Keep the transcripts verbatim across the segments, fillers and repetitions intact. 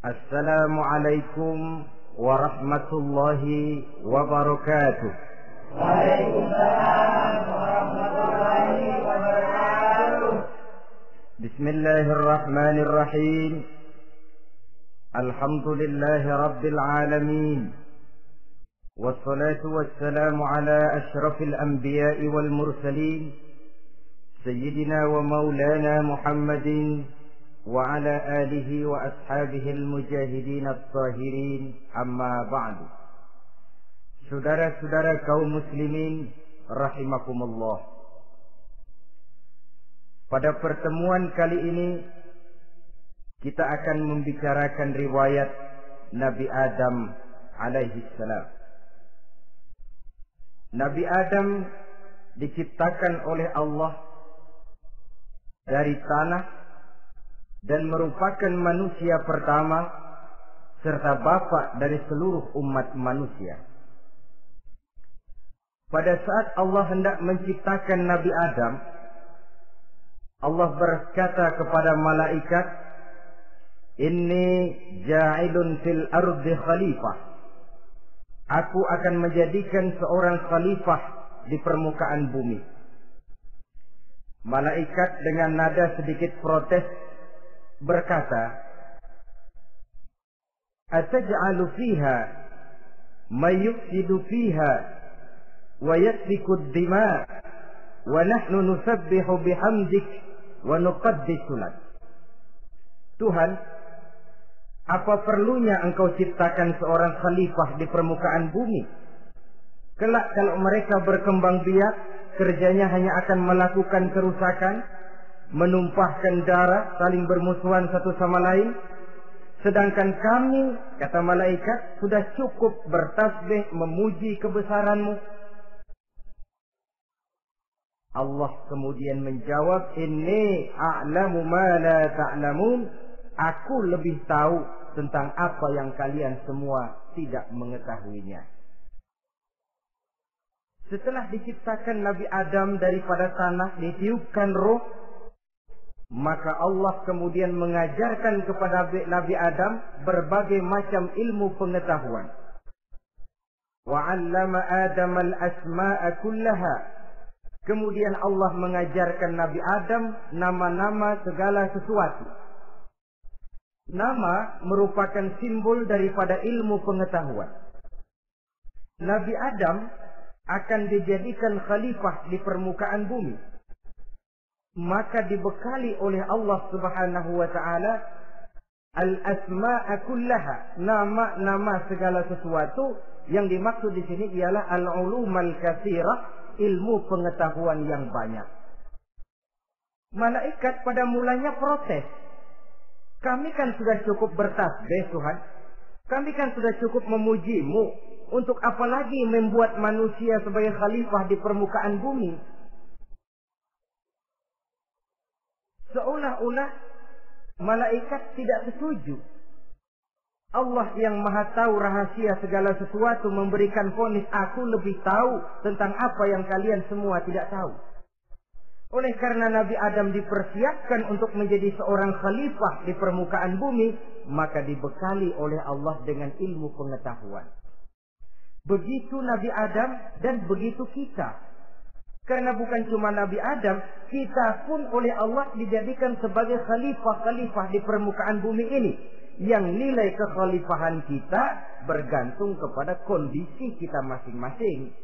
Assalamualaikum warahmatullahi wabarakatuh. Waalaikumsalam warahmatullahi wabarakatuh. Bismillahirrahmanirrahim. Alhamdulillahi rabbil alamin. Wassalatu wassalamu ala ashrafil anbiya'i wal mursalin, Sayyidina wa maulana Muhammadin wa ala alihi wa ashabihi al-mujahidin at-tahirin, amma ba'du. Saudara-saudara kaum muslimin rahimakumullah. Pada pertemuan kali ini kita akan membicarakan riwayat Nabi Adam alaihi salam. Nabi Adam diciptakan oleh Allah dari tanah dan merupakan manusia pertama serta bapa dari seluruh umat manusia. Pada saat Allah hendak menciptakan Nabi Adam, Allah berkata kepada malaikat, "Inni ja'ilun fil ardi khalifah." Aku akan menjadikan seorang khalifah di permukaan bumi. Malaikat dengan nada sedikit protes berkata, "Ataj'alu fiha may yufsidu fiha wa yasfiku ad-dima' wa nahnu nusabbihu bihamdik wa nuqaddisu lak." Tuhan, apa perlunya engkau ciptakan seorang khalifah di permukaan bumi? Kelak kalau mereka berkembang biak, kerjanya hanya akan melakukan kerusakan, menumpahkan darah, saling bermusuhan satu sama lain. Sedangkan kami, kata malaikat, sudah cukup bertasbih memuji kebesaranmu. Allah kemudian menjawab, "Inni a'lamu ma la ta'lamun." Aku lebih tahu tentang apa yang kalian semua tidak mengetahuinya. Setelah diciptakan Nabi Adam daripada tanah, ditiupkan roh, maka Allah kemudian mengajarkan kepada Nabi Adam berbagai macam ilmu pengetahuan. Wa 'allama Adam al-asma'a kullaha. Kemudian Allah mengajarkan Nabi Adam nama-nama segala sesuatu. Nama merupakan simbol daripada ilmu pengetahuan. Nabi Adam akan dijadikan khalifah di permukaan bumi. Maka dibekali oleh Allah Subhanahu wa taala al-asma'a kullaha, nama-nama segala sesuatu. Yang dimaksud di sini ialah al-ulumal katsirah, ilmu pengetahuan yang banyak. Malaikat pada mulanya protes. Kami kan sudah cukup bertasbih Tuhan. Kami kan sudah cukup memujimu. Untuk apa lagi membuat manusia sebagai khalifah di permukaan bumi? Seolah-olah malaikat tidak setuju. Allah yang maha tahu rahasia segala sesuatu memberikan vonis, aku lebih tahu tentang apa yang kalian semua tidak tahu. Oleh karena Nabi Adam dipersiapkan untuk menjadi seorang khalifah di permukaan bumi, maka dibekali oleh Allah dengan ilmu pengetahuan. Begitu Nabi Adam dan begitu kita. Karena bukan cuma Nabi Adam, kita pun oleh Allah dijadikan sebagai khalifah-khalifah di permukaan bumi ini. Yang nilai kekhalifahan kita bergantung kepada kondisi kita masing-masing.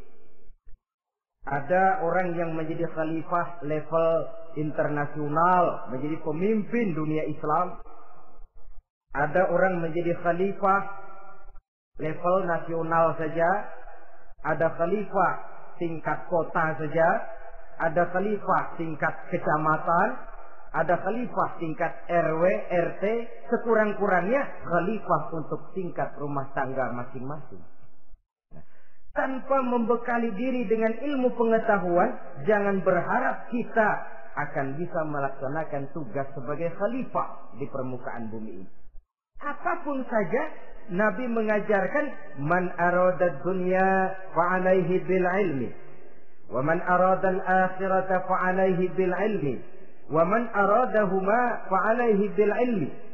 Ada orang yang menjadi khalifah level internasional, menjadi pemimpin dunia Islam. Ada orang menjadi khalifah level nasional saja. Ada khalifah tingkat kota saja, ada khalifah tingkat kecamatan, ada khalifah tingkat R W, R T, sekurang-kurangnya khalifah untuk tingkat rumah tangga masing-masing. Tanpa membekali diri dengan ilmu pengetahuan, jangan berharap kita akan bisa melaksanakan tugas sebagai khalifah di permukaan bumi ini. Apapun saja, Nabi mengajarkan man arada dunya fa alaihi bil ilmi wa man arada al akhirata fa alaihi bil ilmi wa man aradahuma fa alaihi bil ilmi.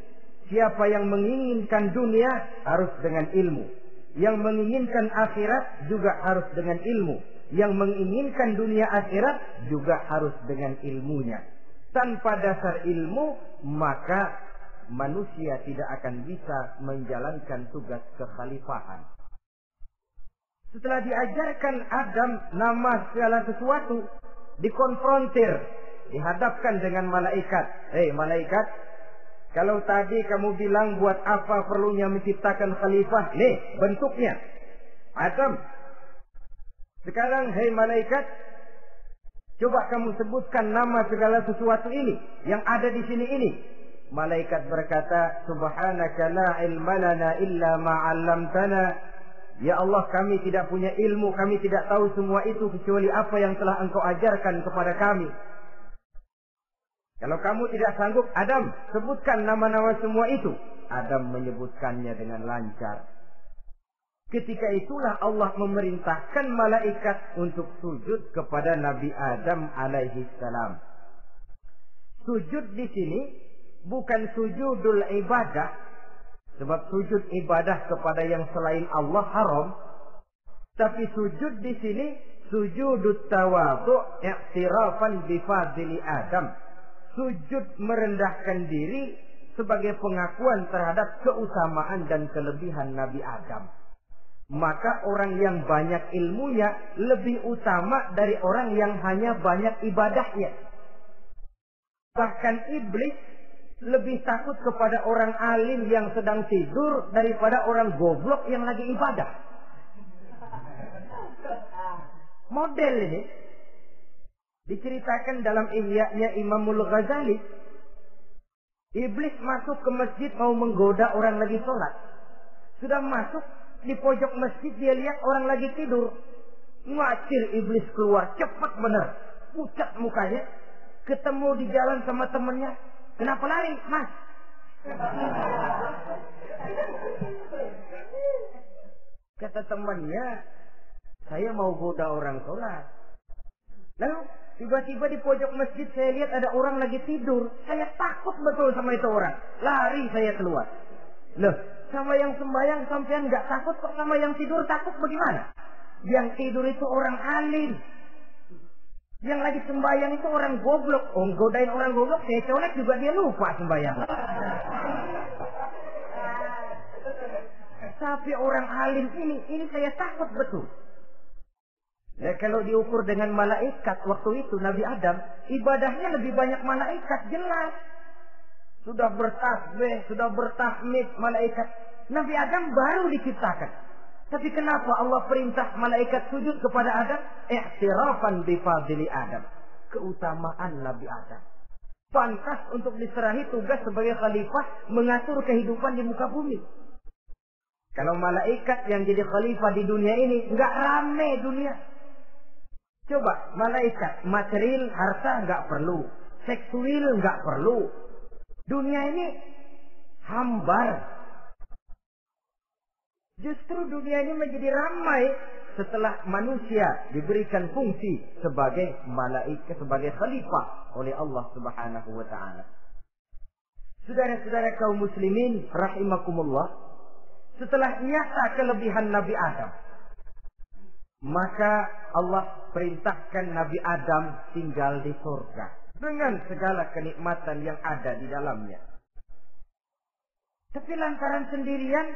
Siapa yang menginginkan dunia harus dengan ilmu. Yang menginginkan akhirat juga harus dengan ilmu. Yang menginginkan dunia akhirat juga harus dengan ilmunya. Tanpa dasar ilmu, maka manusia tidak akan bisa menjalankan tugas kekhalifahan. Setelah diajarkan Adam nama segala sesuatu, dikonfrontir, dihadapkan dengan malaikat. Hei malaikat, kalau tadi kamu bilang buat apa perlunya menciptakan khalifah? Nih bentuknya. Adam. Sekarang hei malaikat, coba kamu sebutkan nama segala sesuatu ini yang ada di sini ini. Malaikat berkata, Subhanaka la ilma lana illa ma 'allamtana. Ya Allah, kami tidak punya ilmu, kami tidak tahu semua itu kecuali apa yang telah Engkau ajarkan kepada kami. Kalau kamu tidak sanggup, Adam, sebutkan nama-nama semua itu. Adam menyebutkannya dengan lancar. Ketika itulah Allah memerintahkan malaikat untuk sujud kepada Nabi Adam alaihi salam. Sujud di sini bukan sujudul ibadah, sebab sujud ibadah kepada yang selain Allah haram. Tapi sujud di sini sujudut tawadhu' i'tirafan bi fadli Adam. Sujud merendahkan diri sebagai pengakuan terhadap keutamaan dan kelebihan Nabi Adam. Maka orang yang banyak ilmunya lebih utama dari orang yang hanya banyak ibadahnya. Bahkan iblis lebih takut kepada orang alim yang sedang tidur daripada orang goblok yang lagi ibadah. Model ini diceritakan dalam Ihya-nya Imamul Ghazali. Iblis masuk ke masjid mau menggoda orang lagi sholat. Sudah masuk di pojok masjid, dia lihat orang lagi tidur. Ngacir iblis keluar, cepat benar. Pucat mukanya. Ketemu di jalan sama temannya. Kenapa lari, Mas? Kata temannya, saya mau goda orang sholat. Lalu tiba-tiba di pojok masjid saya lihat ada orang lagi tidur. Saya takut betul sama itu orang. Lari saya keluar. Loh, sama yang sembahyang sampean nggak takut, kok sama yang tidur takut bagaimana? Yang tidur itu orang alim. Yang lagi sembahyang itu orang goblok. Oh, godain orang goblok, saya colek juga dia lupa sembahyang. Tapi orang alim ini, ini saya takut betul. Ya, kalau diukur dengan malaikat waktu itu Nabi Adam, ibadahnya lebih banyak malaikat, jelas. Sudah bertasbih, sudah bertahmid malaikat. Nabi Adam baru diciptakan. Tapi kenapa Allah perintah malaikat sujud kepada Adam? I'tirafan bi fadli Adam. Keutamaan Nabi Adam. Pantas untuk diserahi tugas sebagai khalifah mengatur kehidupan di muka bumi. Kalau malaikat yang jadi khalifah di dunia ini, nggak rame dunia. Coba, malaikat, material, harta nggak perlu. Seksual nggak perlu. Dunia ini hambar. Justru dunia ini menjadi ramai setelah manusia diberikan fungsi sebagai malaikat, sebagai khalifah oleh Allah Subhanahu wa taala. Saudara-saudara kaum muslimin rahimakumullah, setelah nyata kelebihan Nabi Adam, maka Allah perintahkan Nabi Adam tinggal di surga dengan segala kenikmatan yang ada di dalamnya. Tapi lantaran sendirian,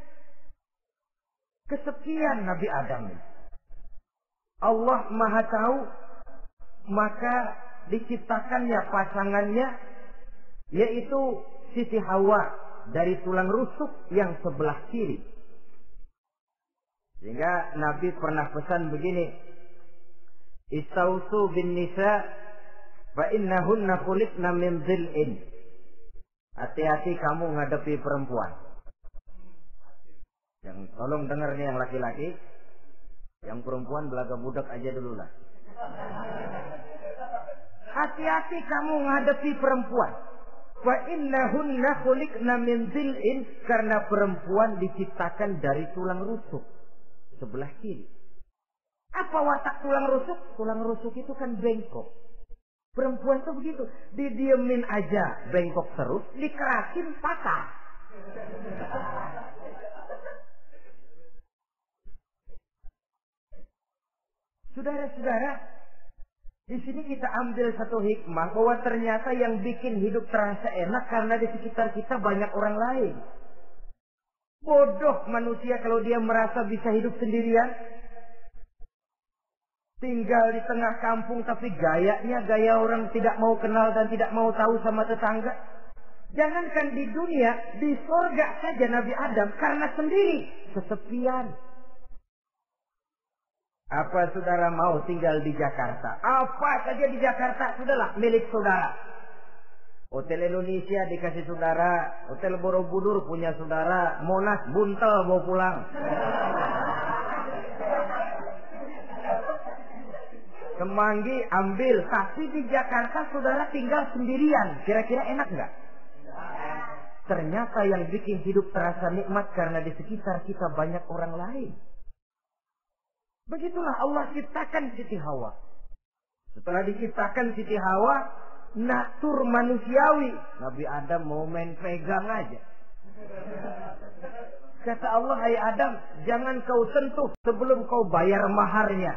kesepian Nabi Adam ini. Allah Maha tahu, maka diciptakannya pasangannya, yaitu Siti Hawa dari tulang rusuk yang sebelah kiri. Sehingga Nabi pernah pesan begini, Istausu bin nisa fa innahunna khuliqna min dhil'in. Hati-hati kamu menghadapi perempuan. Yang tolong dengar nih yang laki-laki, yang perempuan belaga budak aja dulu lah. Hati-hati kamu menghadapi perempuan. Fa innahunna khuliqna min dhil'in, karena perempuan diciptakan dari tulang rusuk sebelah kiri. Apa watak tulang rusuk? Tulang rusuk itu kan bengkok. Perempuan tuh begitu, didiemin aja bengkok terus, dikerasin patah. Saudara-saudara, di sini kita ambil satu hikmah bahwa ternyata yang bikin hidup terasa enak karena di sekitar kita banyak orang lain. Bodoh manusia kalau dia merasa bisa hidup sendirian. Tinggal di tengah kampung tapi gayanya gaya orang tidak mau kenal dan tidak mau tahu sama tetangga. Jangankan di dunia, di surga saja Nabi Adam karena sendiri, kesepian. Apa saudara mau tinggal di Jakarta? Apa saja di Jakarta sudahlah milik saudara. Hotel Indonesia dikasih saudara, Hotel Borobudur punya saudara, Monas buntel mau pulang. Semanggi ambil, tapi di Jakarta saudara tinggal sendirian. Kira-kira enak nggak? Ternyata yang bikin hidup terasa nikmat karena di sekitar kita banyak orang lain. Begitulah Allah ciptakan Siti Hawa. Setelah diciptakan Siti Hawa, natur manusiawi. Nabi Adam mau main pegang aja. Kata Allah, hai Adam, jangan kau sentuh sebelum kau bayar maharnya.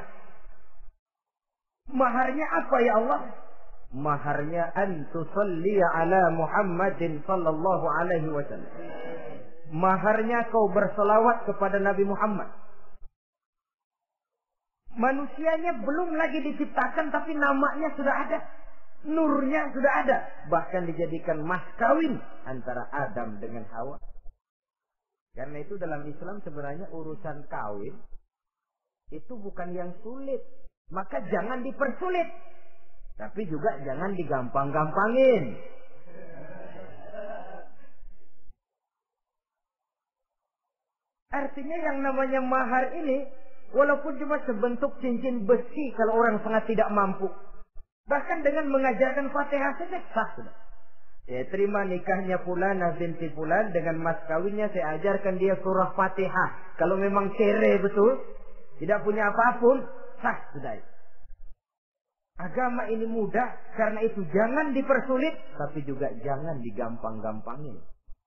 Maharnya apa ya Allah? Maharnya an tusalli ala Muhammadin sallallahu alaihi wasallam. Maharnya kau berselawat kepada Nabi Muhammad. Manusianya belum lagi diciptakan tapi namanya sudah ada. Nurnya sudah ada. Bahkan dijadikan mas kawin antara Adam dengan Hawa. Karena itu dalam Islam sebenarnya urusan kawin itu bukan yang sulit. Maka jangan dipersulit. Tapi juga jangan digampang-gampangin. Artinya yang namanya mahar ini, walaupun cuma sebentuk cincin besi kalau orang sangat tidak mampu. Bahkan dengan mengajarkan Fatihah saja sah sudah. Saya terima nikahnya Fulanah binti Fulan, dengan mas kawinnya saya ajarkan dia surah Fatihah. Kalau memang cere betul, tidak punya apapun, sah sudah. Agama ini mudah, karena itu jangan dipersulit, tapi juga jangan digampang-gampangin.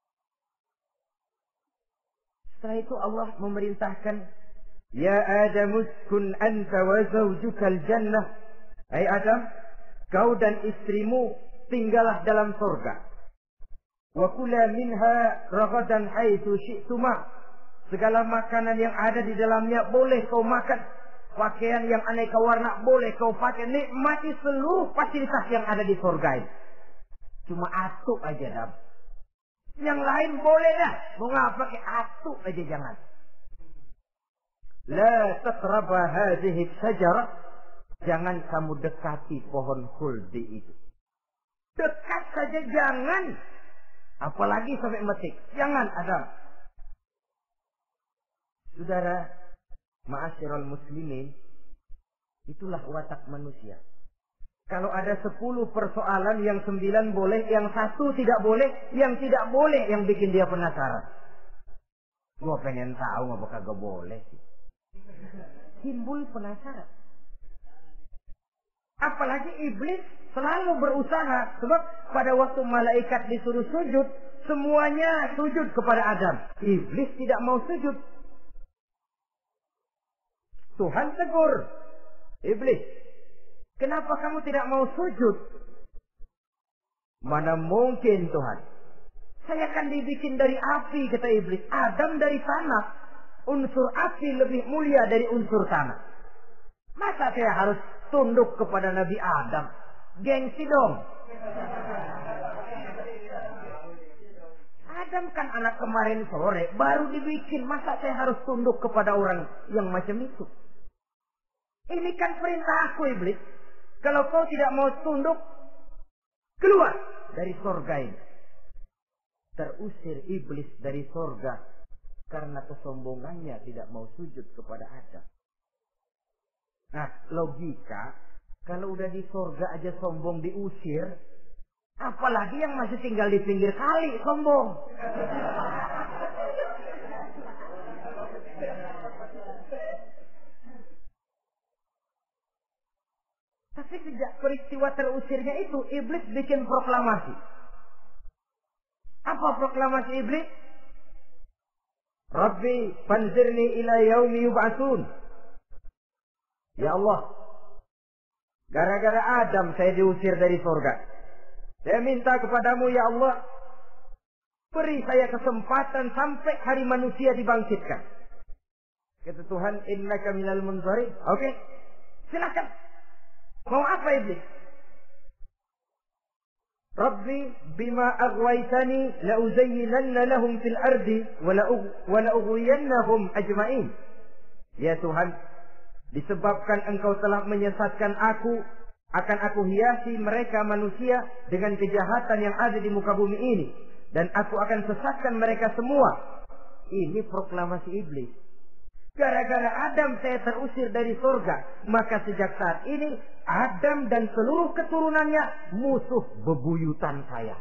Setelah itu Allah memerintahkan, Ya Adam uskun anta wa zawjukal jannah. Hai Adam, kau dan istrimu tinggallah dalam surga. Wa kula minha ragadan haitsu syi'tuma. Segala makanan yang ada di dalamnya boleh kau makan. Pakaian yang aneka warna boleh kau pakai. Nikmati seluruh fasilitas yang ada di surga ini. Cuma atuk aja Adam. Yang lain boleh dah. Mau ngapa pakai atuk aja jangan. La taqraba hadhihi syajarah. Jangan kamu dekati pohon khuldi itu. Dekat saja jangan. Apalagi sampai metik. Jangan Adam. Saudara, ma'asyiral muslimin, itulah watak manusia. Kalau ada sepuluh persoalan, yang sembilan boleh, yang satu tidak boleh, yang tidak boleh yang bikin dia penasaran. Gua pengen tahu ngapa kagak boleh sih. Timbul penasaran. Apalagi iblis selalu berusaha. Sebab pada waktu malaikat disuruh sujud, semuanya sujud kepada Adam. Iblis tidak mau sujud. Tuhan tegur iblis, kenapa kamu tidak mau sujud? Mana mungkin Tuhan, saya akan dibikin dari api, kata iblis. Adam dari tanah. Unsur api lebih mulia dari unsur tanah. Masa saya harus tunduk kepada Nabi Adam? Gengsi dong. Adam kan anak kemarin sore, baru dibikin. Masa saya harus tunduk kepada orang yang macam itu? Ini kan perintah aku iblis. Kalau kau tidak mau tunduk, keluar dari surga ini. Terusir iblis dari surga karena kesombongannya tidak mau sujud kepada Adam. Nah, logika, kalau udah di surga aja sombong diusir, apalagi yang masih tinggal di pinggir kali sombong. Tapi sejak peristiwa terusirnya itu, iblis bikin proklamasi. Apa proklamasi iblis? Rabbi fanzirni ila yaumi yub'atsun. Ya Allah, gara-gara Adam saya diusir dari surga. Saya minta kepadamu ya Allah, beri saya kesempatan sampai hari manusia dibangkitkan. Kata Tuhan, innaka minal munzarin. Oke, silakan. Mau apa iblis? Rabbi bima aghwaytani la uzayyinanna lahum fil ardi wa la ughwiyannahum ajma'in. Ya Tuhan, disebabkan engkau telah menyesatkan aku, akan aku hiasi mereka manusia dengan kejahatan yang ada di muka bumi ini, dan aku akan sesatkan mereka semua. Ini proklamasi iblis. Gara-gara Adam saya terusir dari surga, maka sejak saat ini Adam dan seluruh keturunannya musuh bebuyutan saya.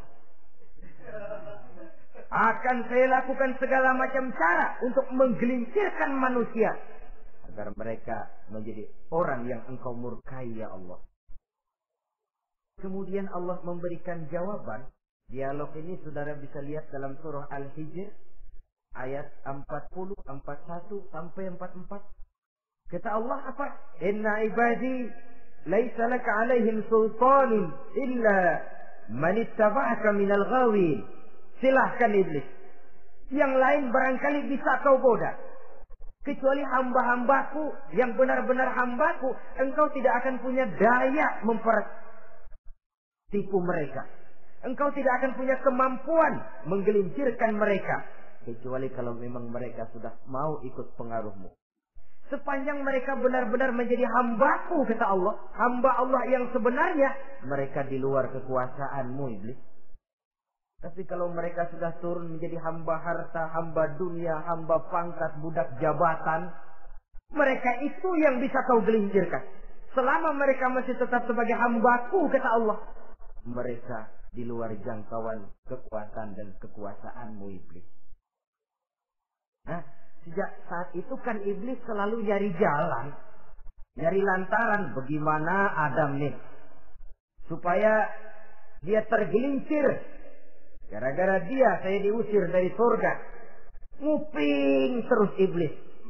Akan saya lakukan segala macam cara untuk menggelincirkan manusia agar mereka menjadi orang yang engkau murkai ya Allah. Kemudian Allah memberikan jawaban. Dialog ini saudara bisa lihat dalam surah Al-Hijr ayat empat puluh, empat puluh satu sampai empat puluh empat. Kata Allah apa? Inna ibadi laisa laka alaihim sultanin illa man ittaba'aka minal ghawin. Silahkan iblis. Yang lain barangkali bisa kau goda. Kecuali hamba-hambaku yang benar-benar hambaku, engkau tidak akan punya daya mempertipu mereka. Engkau tidak akan punya kemampuan menggelincirkan mereka. Kecuali kalau memang mereka sudah mau ikut pengaruhmu. Sepanjang mereka benar-benar menjadi hambaku, kata Allah, hamba Allah yang sebenarnya, mereka di luar kekuasaanmu iblis. Tapi kalau mereka sudah turun menjadi hamba harta, hamba dunia, hamba pangkat, budak jabatan, mereka itu yang bisa kau gelincirkan. Selama mereka masih tetap sebagai hambaku, kata Allah, mereka di luar jangkauan kekuatan dan kekuasaanmu iblis. Nah, sejak saat itu kan iblis selalu nyari jalan, nyari lantaran bagaimana Adam nih supaya dia tergelincir. Gara-gara dia saya diusir dari surga. Nguping terus iblis.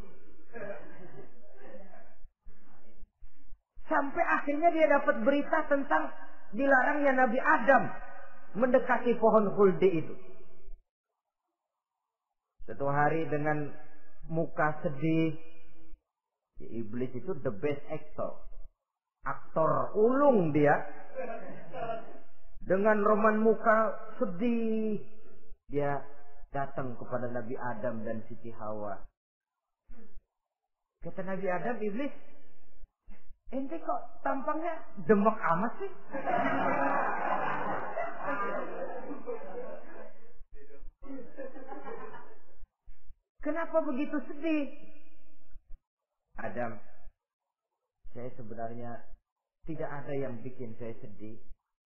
Sampai akhirnya dia dapat berita tentang dilarangnya Nabi Adam mendekati pohon khuldi itu. Satu hari dengan muka sedih, iblis itu the best actor. Aktor ulung dia. Dengan roman muka sedih, dia datang kepada Nabi Adam dan Siti Hawa. Kata Nabi Adam, iblis, ente kok tampangnya demek amat sih? Kenapa begitu sedih? Adam, saya sebenarnya tidak ada yang bikin saya sedih.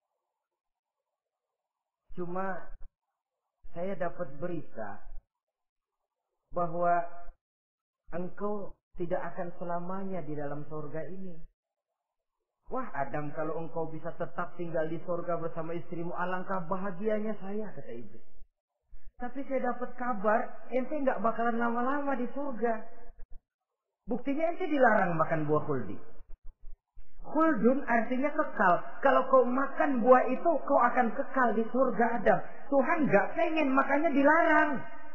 Cuma saya dapat berita bahwa engkau tidak akan selamanya di dalam surga ini. Wah Adam, kalau engkau bisa tetap tinggal di surga bersama istrimu, alangkah bahagianya saya, kata iblis. Tapi saya dapat kabar, ente nggak bakalan lama-lama di surga. Buktinya ente dilarang makan buah khuldi. Khuldun artinya kekal. Kalau kau makan buah itu, kau akan kekal di surga Adam. Tuhan nggak pengen, makanya dilarang.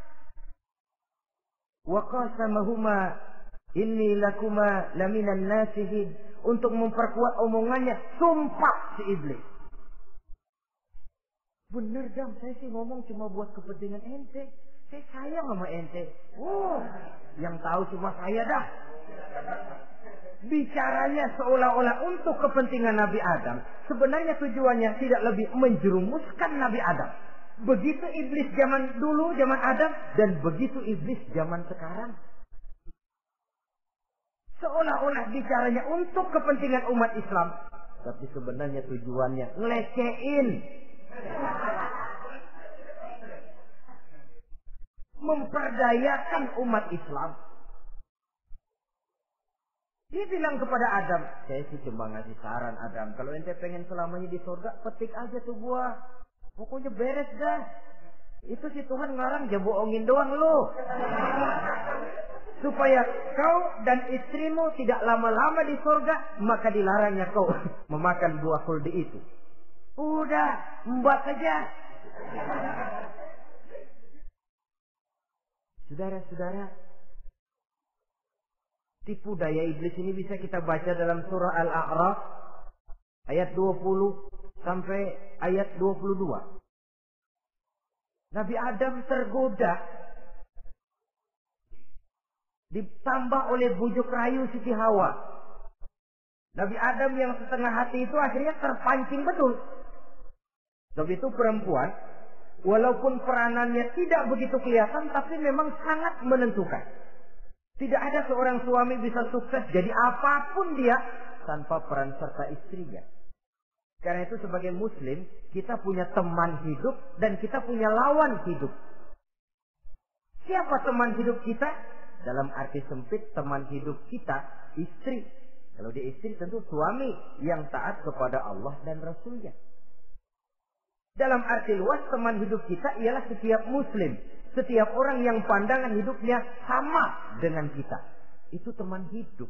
Wa qasamahuma inni lakuma laminan nasihin. Untuk memperkuat omongannya, sumpah si iblis. Bener Dam, saya sih ngomong cuma buat kepentingan ente. Saya sayang sama ente. Oh, yang tahu cuma saya dah. Bicaranya seolah-olah untuk kepentingan Nabi Adam. Sebenarnya tujuannya tidak lebih menjerumuskan Nabi Adam. Begitu iblis zaman dulu, zaman Adam, dan begitu iblis zaman sekarang. Seolah-olah bicaranya untuk kepentingan umat Islam. Tapi sebenarnya tujuannya ngelecehin. Memperdayakan umat Islam. Dia bilang kepada Adam, saya sih cuma ngasih saran Adam, kalau ente pengen selamanya di surga, petik aja tuh buah. Pokoknya beres dah. Itu si Tuhan ngarang dia bohongin doang lo. Supaya kau dan istrimu tidak lama-lama di surga, maka dilarangnya kau memakan buah khuldi itu. Udah, embat saja. Saudara-saudara, tipu daya iblis ini bisa kita baca dalam surah Al-A'raf ayat dua puluh sampai ayat dua puluh dua. Nabi Adam tergoda, ditambah oleh bujuk rayu Siti Hawa. Nabi Adam yang setengah hati itu akhirnya terpancing betul. Sebab itu perempuan, walaupun peranannya tidak begitu kelihatan, tapi memang sangat menentukan. Tidak ada seorang suami bisa sukses jadi apapun dia tanpa peran serta istrinya. Karena itu sebagai muslim, kita punya teman hidup dan kita punya lawan hidup. Siapa teman hidup kita? Dalam arti sempit, teman hidup kita istri. Kalau dia istri tentu suami yang taat kepada Allah dan Rasulnya. Dalam arti luas, teman hidup kita ialah setiap muslim. Setiap orang yang pandangan hidupnya sama dengan kita. Itu teman hidup.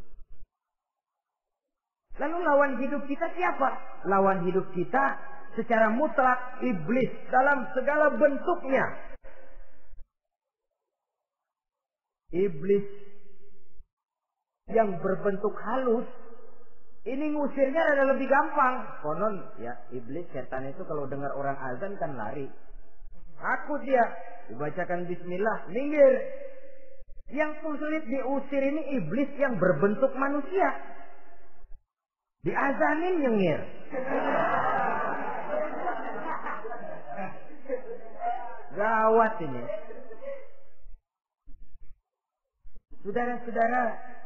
Lalu lawan hidup kita siapa? Lawan hidup kita secara mutlak iblis dalam segala bentuknya. Iblis yang berbentuk halus, ini ngusirnya ada lebih gampang. Konon ya, iblis setan itu kalau dengar orang azan kan lari. Takut dia, dibacakan bismillah, minggir. Yang sulit diusir ini iblis yang berbentuk manusia. Diazanin nyengir. Gawat ini. Saudara-saudara,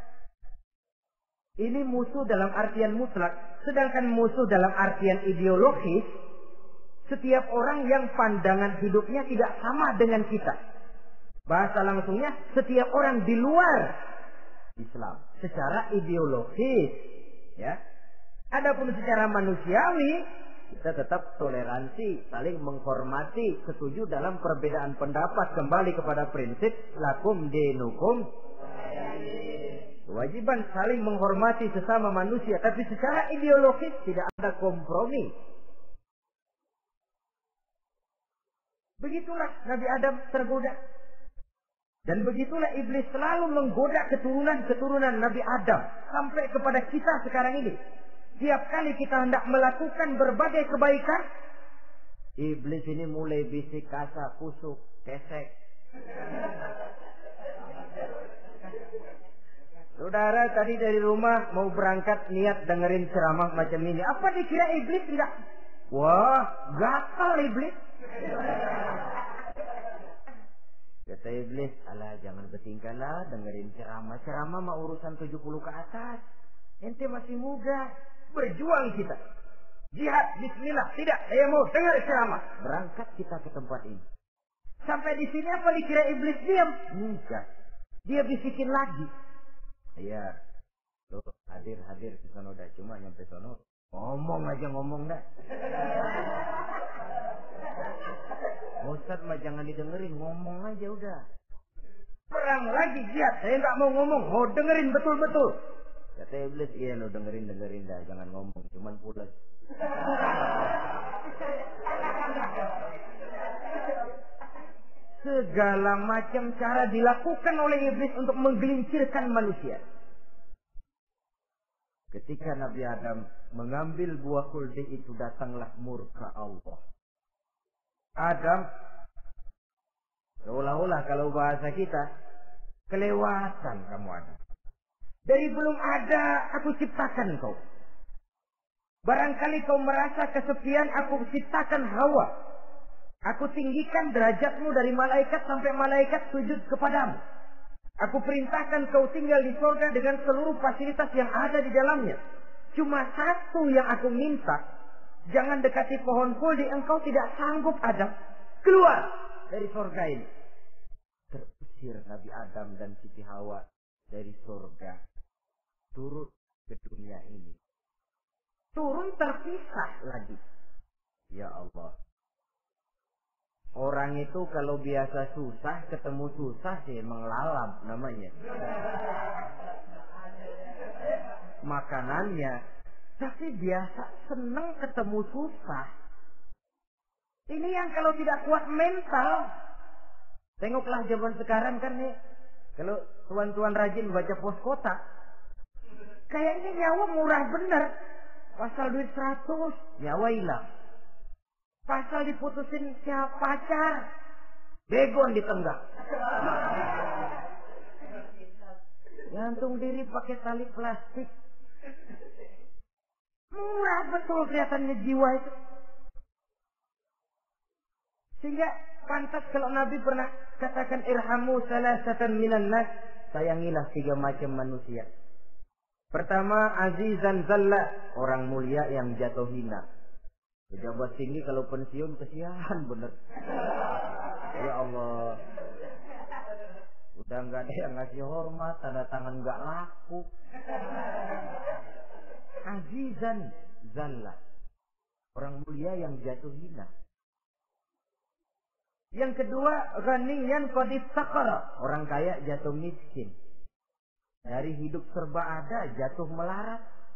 ini musuh dalam artian mutlak. Sedangkan musuh dalam artian ideologis, setiap orang yang pandangan hidupnya tidak sama dengan kita. Bahasa langsungnya, setiap orang di luar Islam secara ideologis, ya. Adapun secara manusiawi, kita tetap toleransi, saling menghormati, setuju dalam perbedaan pendapat, kembali kepada prinsip lakum dinukum. Kewajiban saling menghormati sesama manusia, tapi secara ideologis tidak ada kompromi. Begitulah Nabi Adam tergoda. Dan begitulah iblis selalu menggoda keturunan-keturunan Nabi Adam sampai kepada kita sekarang ini. Tiap kali kita hendak melakukan berbagai kebaikan, iblis ini mulai bisik kasar, kusuk, kesek. Saudara tadi dari rumah mau berangkat niat dengerin ceramah macam ini. Apa dikira iblis enggak? Wah, gatal iblis. Kata iblis, alah jangan bertingkah lah dengerin ceramah. Ceramah mah urusan tujuh puluh ke atas. Ente masih muda. Berjuang kita. Jihad, bismillah. Tidak, saya mau dengar ceramah. Berangkat kita ke tempat ini. Sampai di sini apa dikira iblis diam? Enggak. Dia bisikin lagi. Iya. Tuh, hadir-hadir ke sono dah. Cuma nyampe sono. Ngomong aja ngomong dah. Ustaz mah jangan didengerin. Ngomong aja udah. Perang lagi jihad. Saya nggak mau ngomong. Mau dengerin betul-betul. Kata iblis, iya lo dengerin-dengerin dah, jangan ngomong, cuman pulas. Segala macam cara dilakukan oleh iblis untuk menggelincirkan manusia. Ketika Nabi Adam mengambil buah khuldi itu, datanglah murka Allah. Adam, seolah-olah kalau bahasa kita, kelewatan kamu Adam. Dari belum ada aku ciptakan kau. Barangkali kau merasa kesepian, aku ciptakan Hawa. Aku tinggikan derajatmu dari malaikat sampai malaikat sujud kepadamu. Aku perintahkan kau tinggal di surga dengan seluruh fasilitas yang ada di dalamnya. Cuma satu yang aku minta, jangan dekati pohon khuldi, engkau tidak sanggup Adam. Keluar dari surga ini. Terusir Nabi Adam dan Siti Hawa dari surga. Turun ke dunia ini. Turun terpisah lagi. Ya Allah. Orang itu kalau biasa susah, ketemu susah sih mengelalam namanya. Makanannya, tapi biasa seneng ketemu susah. Ini yang kalau tidak kuat mental. Tengoklah zaman sekarang kan nih, kalau tuan-tuan rajin baca pos kota, kayaknya nyawa murah bener. Pasal duit seratus, nyawa hilang. Pasal diputusin siapa pacar, begon ditenggak. Gantung diri pakai tali plastik. Murah betul kelihatannya jiwa itu. Sehingga pantas kalau Nabi pernah katakan irhamu salasatan minan nas, sayangilah tiga macam manusia. Pertama, azizan zalla, orang mulia yang jatuh hina. Pejabat tinggi kalau pensiun kesian bener. Ya Allah. Udah nggak ada yang ngasih hormat, tanda tangan nggak laku. Azizan zalla, orang mulia yang jatuh hina. Yang kedua, ghaniyan qad iftaqara, orang kaya jatuh miskin. Dari hidup serba ada jatuh melarat.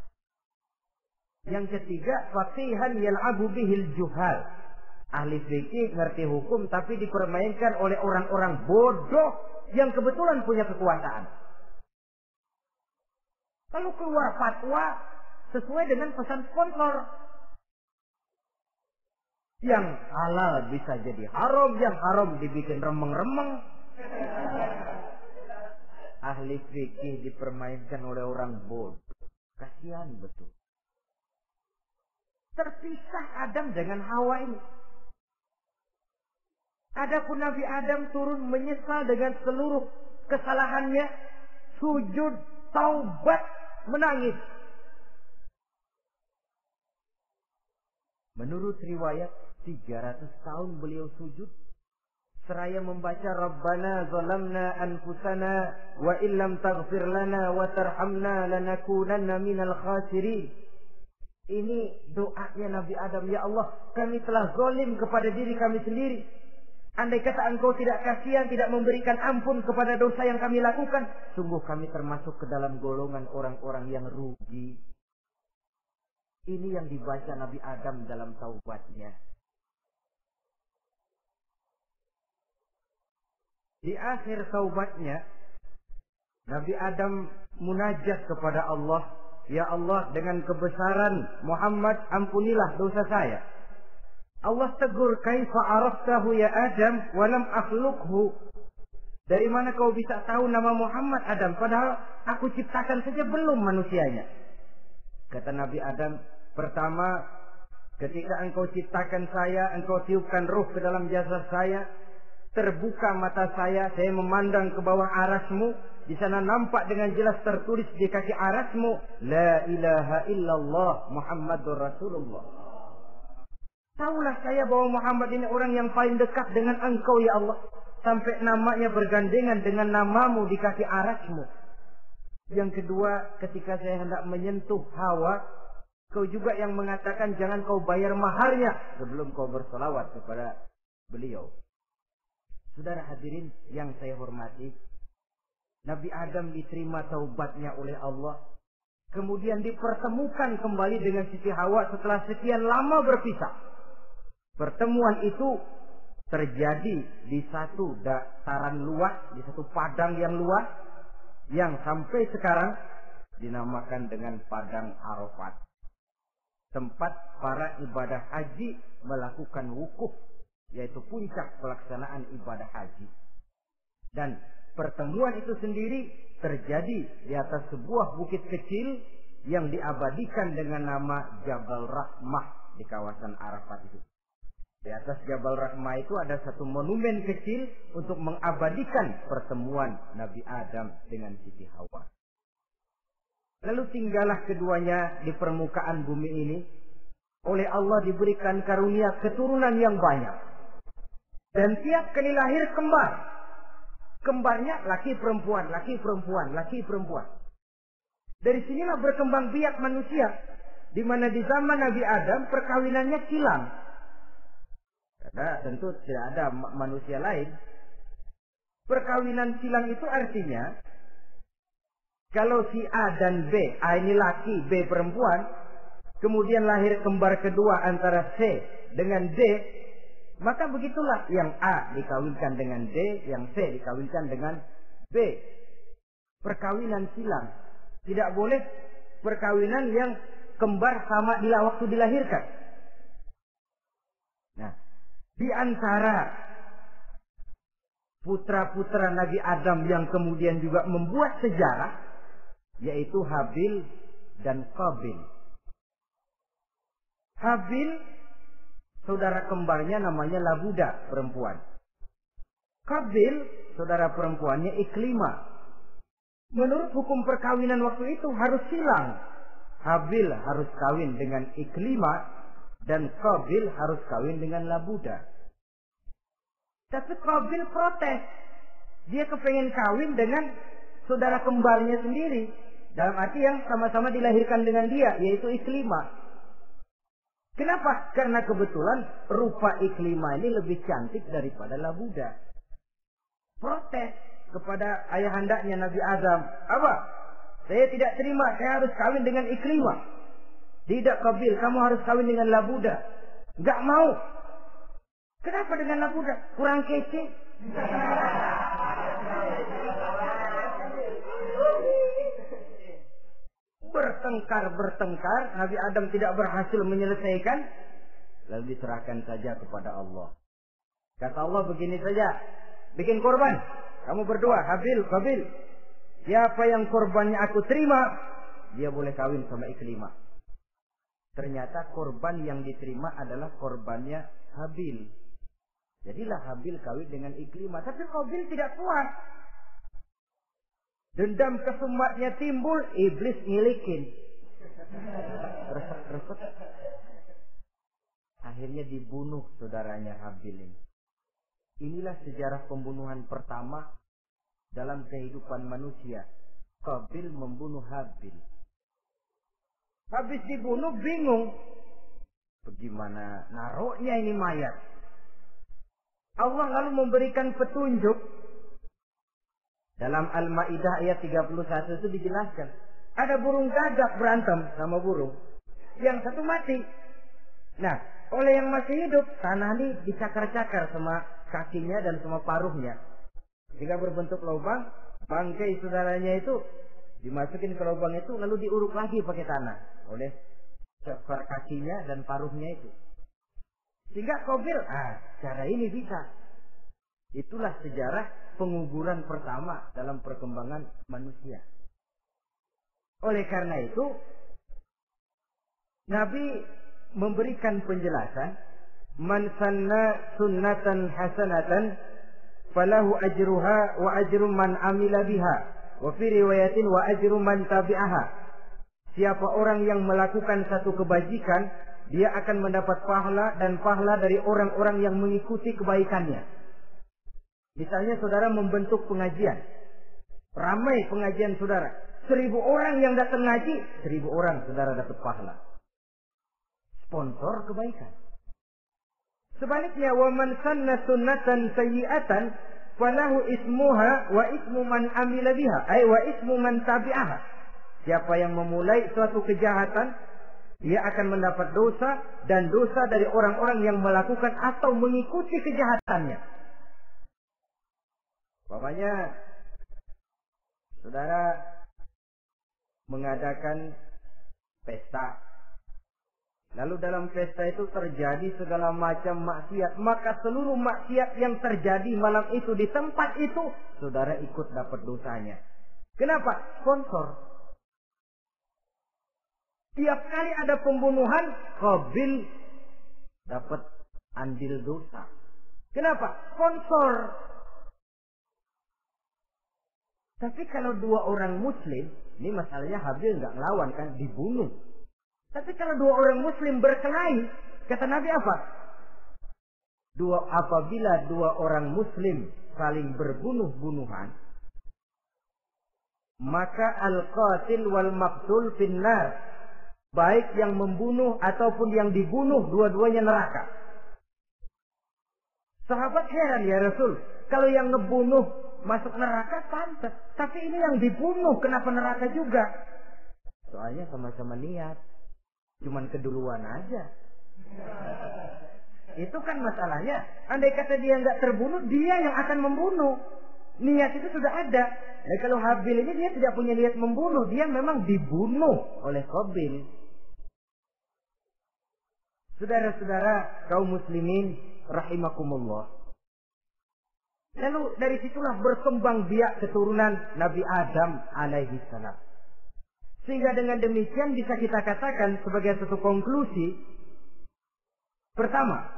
Yang ketiga, faqihan yal'abu bihil juhal, ahli fikih ngerti hukum tapi dipermainkan oleh orang-orang bodoh yang kebetulan punya kekuasaan. Kalau keluar fatwa sesuai dengan pesan sponsor, yang halal bisa jadi haram, yang haram dibikin remeng-remeng. Ahli fikih dipermainkan oleh orang bodoh. Kasihan betul. Terpisah Adam dengan Hawa ini. Adapun Nabi Adam turun menyesal dengan seluruh kesalahannya, sujud, taubat, menangis. Menurut riwayat, tiga ratus tahun beliau sujud seraya membaca Rabbana zalamna anfusana wa illam taghfir lana wa tarhamna lanakunanna minal khasirin. Ini doanya Nabi Adam, ya Allah, kami telah zalim kepada diri kami sendiri. Andai kata Engkau tidak kasihan, tidak memberikan ampun kepada dosa yang kami lakukan, sungguh kami termasuk ke dalam golongan orang-orang yang rugi. Ini yang dibaca Nabi Adam dalam taubatnya. Di akhir taubatnya, Nabi Adam munajat kepada Allah, ya Allah, dengan kebesaran Muhammad ampunilah dosa saya. Allah tegur, kaifa araftahu ya Adam wa lam akhluqhu. Dari mana kau bisa tahu nama Muhammad Adam padahal aku ciptakan saja belum manusianya. Kata Nabi Adam, pertama, ketika engkau ciptakan saya, engkau tiupkan ruh ke dalam jasad saya, terbuka mata saya, saya memandang ke bawah arasmu. Di sana nampak dengan jelas tertulis di kaki arasmu, La ilaha illallah Muhammadur Rasulullah. Taulah saya bahwa Muhammad ini orang yang paling dekat dengan engkau ya Allah. Sampai namanya bergandengan dengan namamu di kaki arasmu. Yang kedua, ketika saya hendak menyentuh Hawa, kau juga yang mengatakan jangan kau bayar maharnya sebelum kau bersolawat kepada beliau. Saudara hadirin yang saya hormati, Nabi Adam diterima taubatnya oleh Allah. Kemudian dipertemukan kembali dengan Siti Hawa setelah sekian lama berpisah. Pertemuan itu terjadi di satu dataran luas, di satu padang yang luas, yang sampai sekarang dinamakan dengan Padang Arafat. Tempat para ibadah haji melakukan wukuf, yaitu puncak pelaksanaan ibadah haji. Dan pertemuan itu sendiri terjadi di atas sebuah bukit kecil yang diabadikan dengan nama Jabal Rahmah di kawasan Arafat itu. Di atas Jabal Rahmah itu ada satu monumen kecil untuk mengabadikan pertemuan Nabi Adam dengan Siti Hawa. Lalu tinggallah keduanya di permukaan bumi ini. Oleh Allah diberikan karunia keturunan yang banyak. Dan tiap kali lahir kembar. Kembarnya laki perempuan, laki perempuan, laki perempuan. Dari sinilah berkembang biak manusia. Di mana di zaman Nabi Adam perkawinannya kilang. Karena tentu tidak ada manusia lain. Perkawinan silang itu artinya kalau si A dan B, A ini laki, B perempuan, kemudian lahir kembar kedua antara C dengan D, maka begitulah yang A dikawinkan dengan D, yang C dikawinkan dengan B. Perkawinan silang. Tidak boleh perkawinan yang kembar sama di waktu dilahirkan. Nah, di antara putra-putra Nabi Adam yang kemudian juga membuat sejarah, yaitu Habil dan Qabil. Habil, saudara kembarnya namanya Labuda, perempuan. Qabil, saudara perempuannya Iklimah. Menurut hukum perkawinan waktu itu harus silang. Habil harus kawin dengan Iklimah dan Qabil harus kawin dengan Labuda. Tapi Qabil protes. Dia kepengen kawin dengan saudara kembarnya sendiri. Dalam arti yang sama-sama dilahirkan dengan dia, yaitu Iklimah. Kenapa? Karena kebetulan rupa Iklimah ini lebih cantik daripada Labuda. Protes kepada ayahandanya Nabi Adam. Apa? Saya tidak terima, saya harus kawin dengan Iklimah. Tidak Qabil, kamu harus kawin dengan Labuda. Enggak mau. Kenapa dengan Labuda? Kurang kece. Bertengkar-bertengkar, Nabi Adam tidak berhasil menyelesaikan, lalu diserahkan saja kepada Allah. Kata Allah begini saja, bikin korban. Kamu berdua, Habil, Qabil. Siapa yang korbannya aku terima, dia boleh kawin sama Iklimah. Ternyata korban yang diterima adalah korbannya Habil. Jadilah Habil kawin dengan Iklimah. Tapi Qabil tidak puas. Dendam kesumatnya timbul, iblis ngilikin. Resek-resek. Akhirnya dibunuh saudaranya Habil ini. Inilah sejarah pembunuhan pertama dalam kehidupan manusia. Qabil membunuh Habil. Habis dibunuh bingung. Bagaimana naruhnya ini mayat? Allah lalu memberikan petunjuk. Dalam Al-Ma'idah ayat tiga puluh satu itu dijelaskan. Ada burung gagak berantem sama burung. Yang satu mati. Nah, oleh yang masih hidup, tanah ini dicakar-cakar sama kakinya dan sama paruhnya. Jika berbentuk lubang, bangkai saudaranya itu dimasukin ke lubang itu lalu diuruk lagi pakai tanah oleh cakar kakinya dan paruhnya itu. Sehingga Qabil, ah, cara ini bisa. Itulah sejarah penguburan pertama dalam perkembangan manusia. Oleh karena itu, Nabi memberikan penjelasan, man sanna sunnatan hasanatan falahu ajruha wa ajru man amila biha wa fi riwayatin wa ajru man tabi'aha. Siapa orang yang melakukan satu kebajikan, dia akan mendapat pahala dan pahala dari orang-orang yang mengikuti kebaikannya. Misalnya saudara membentuk pengajian. Ramai pengajian saudara. Seribu orang yang datang ngaji, seribu orang saudara dapat pahala. Sponsor kebaikan. Sebaliknya, wa man sanna sunnatan sayyi'atan falahu ismuha wa ismu man amila biha, ay wa ismu man tabi'aha. Siapa yang memulai suatu kejahatan, dia akan mendapat dosa dan dosa dari orang-orang yang melakukan atau mengikuti kejahatannya. Pokoknya saudara mengadakan pesta. Lalu dalam pesta itu terjadi segala macam maksiat. Maka seluruh maksiat yang terjadi malam itu di tempat itu, saudara ikut dapat dosanya. Kenapa? Sponsor. Tiap kali ada pembunuhan, Qabil dapat andil dosa. Kenapa? Sponsor. Tapi kalau dua orang muslim, ini masalahnya Habil nggak ngelawan kan, dibunuh. Tapi kalau dua orang muslim berkelahi, kata Nabi apa? Dua apabila dua orang muslim saling berbunuh-bunuhan, maka al-qatil wal maqtul finnar. Baik yang membunuh ataupun yang dibunuh, dua-duanya neraka. Sahabat heran, ya Rasul, kalau yang ngebunuh masuk neraka pantas, tapi ini yang dibunuh kenapa neraka juga? Soalnya sama-sama niat, cuman keduluan aja. Itu kan masalahnya. Andai kata dia nggak terbunuh, dia yang akan membunuh. Niat itu sudah ada. Nah, kalau Habil ini dia tidak punya niat membunuh, dia memang dibunuh oleh Qabil. Saudara-saudara kaum muslimin rahimakumullah. Lalu dari situlah berkembang biak keturunan Nabi Adam alaihi salam. Sehingga dengan demikian bisa kita katakan sebagai satu konklusi. Pertama,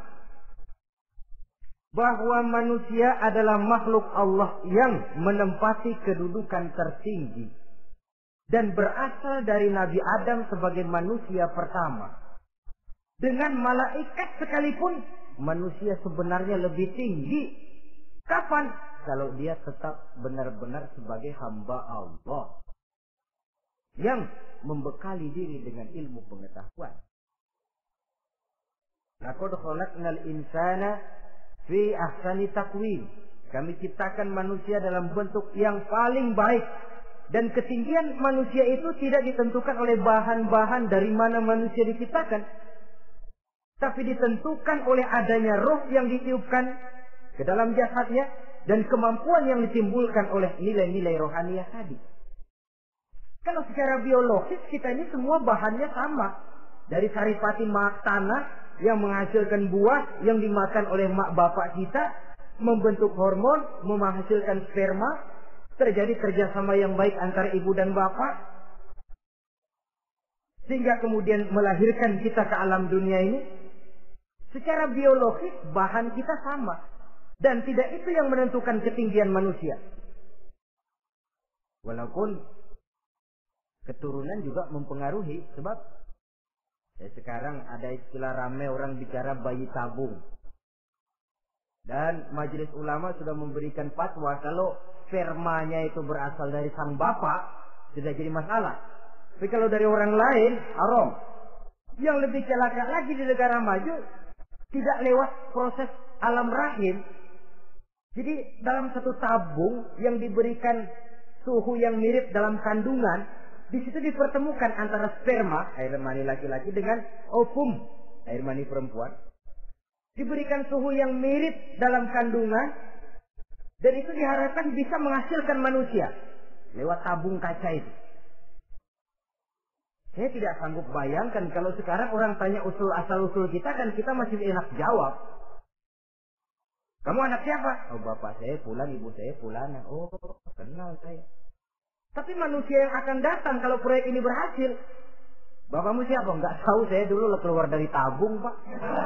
bahwa manusia adalah makhluk Allah yang menempati kedudukan tertinggi dan berasal dari Nabi Adam sebagai manusia pertama. Dengan malaikat sekalipun, manusia sebenarnya lebih tinggi. Kapan? Kalau dia tetap benar-benar sebagai hamba Allah yang membekali diri dengan ilmu pengetahuan. Laqad khalaqnal insana fi ahsani taqwim. Kami ciptakan manusia dalam bentuk yang paling baik. Dan ketinggian manusia itu tidak ditentukan oleh bahan-bahan dari mana manusia diciptakan, tapi ditentukan oleh adanya roh yang ditiupkan ke dalam jasadnya dan kemampuan yang ditimbulkan oleh nilai-nilai rohaniah tadi. Kalau secara biologis kita ini semua bahannya sama. Dari saripati mak tanah yang menghasilkan buah yang dimakan oleh mak bapak kita, membentuk hormon, menghasilkan sperma, terjadi kerjasama yang baik antara ibu dan bapak, sehingga kemudian melahirkan kita ke alam dunia ini. Secara biologis bahan kita sama, dan tidak itu yang menentukan ketinggian manusia. Walaupun keturunan juga mempengaruhi, sebab ya sekarang ada istilah rame orang bicara bayi tabung. Dan majelis ulama sudah memberikan fatwa kalau spermanya itu berasal dari sang bapak, tidak jadi masalah. Tapi kalau dari orang lain, haram. Yang lebih celaka lagi di negara maju, tidak lewat proses alam rahim. Jadi dalam satu tabung yang diberikan suhu yang mirip dalam kandungan, di situ dipertemukan antara sperma, air mani laki-laki, dengan ovum, air mani perempuan. Diberikan suhu yang mirip dalam kandungan, dan itu diharapkan bisa menghasilkan manusia lewat tabung kaca itu. Saya tidak sanggup bayangkan kalau sekarang orang tanya usul asal usul kita, kan kita masih enak jawab. Kamu anak siapa? Oh, bapak saya fulan, ibu saya fulana. Oh, kenal saya. Tapi manusia yang akan datang kalau proyek ini berhasil, bapakmu siapa? Enggak tahu, saya dulu keluar dari tabung, Pak.